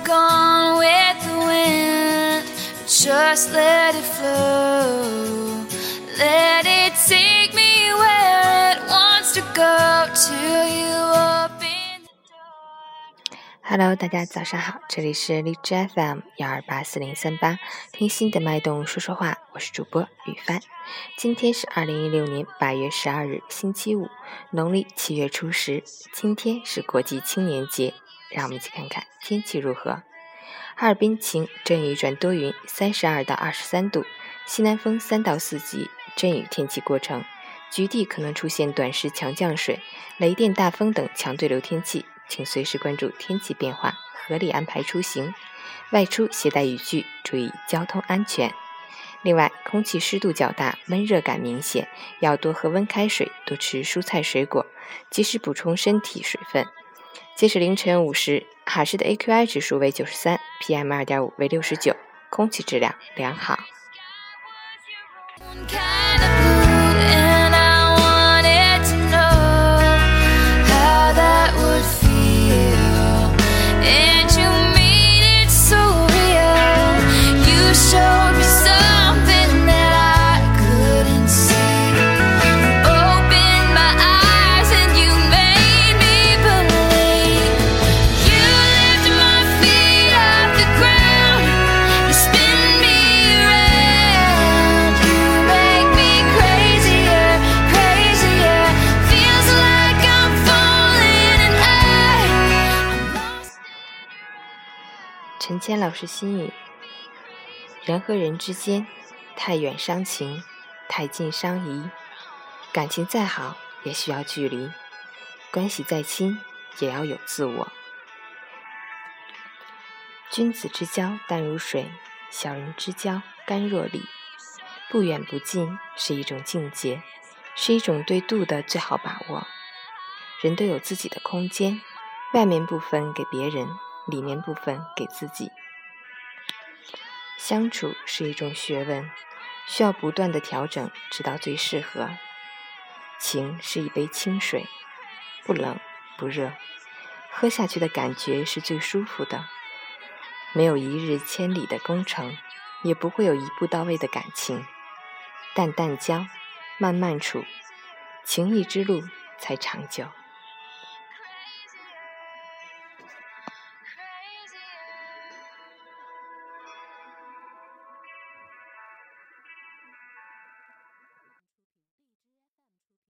gone with the wind. Just let it flow. Let it take me where it wants to go till you open the door. Hello， 大家早上好，这里是荔枝 FM 1284038，听心的脉动说说话，我是主播雨帆。今天是2016年8月12日，星期五，农历7月初10。今天是国际青年节，让我们一起看看天气如何。哈尔滨晴，阵雨转多云，32到23度，西南风3到4级，阵雨天气过程，局地可能出现短时强降水、雷电、大风等强对流天气，请随时关注天气变化，合理安排出行，外出携带雨具，注意交通安全。另外，空气湿度较大，闷热感明显，要多喝温开水，多吃蔬菜水果，及时补充身体水分。截止凌晨5时，哈市的 AQI 指数为93， PM2.5 为69，空气质量良好。陈谦老师心语：人和人之间，太远伤情，太近伤谊。感情再好，也需要距离；关系再亲，也要有自我。君子之交淡如水，小人之交甘若醴。不远不近是一种境界，是一种对度的最好把握。人都有自己的空间，外面部分给别人，里面部分给自己。相处是一种学问，需要不断的调整，直到最适合。情是一杯清水，不冷不热，喝下去的感觉是最舒服的。没有一日千里的功程，也不会有一步到位的感情。淡淡交，慢慢处，情谊之路才长久。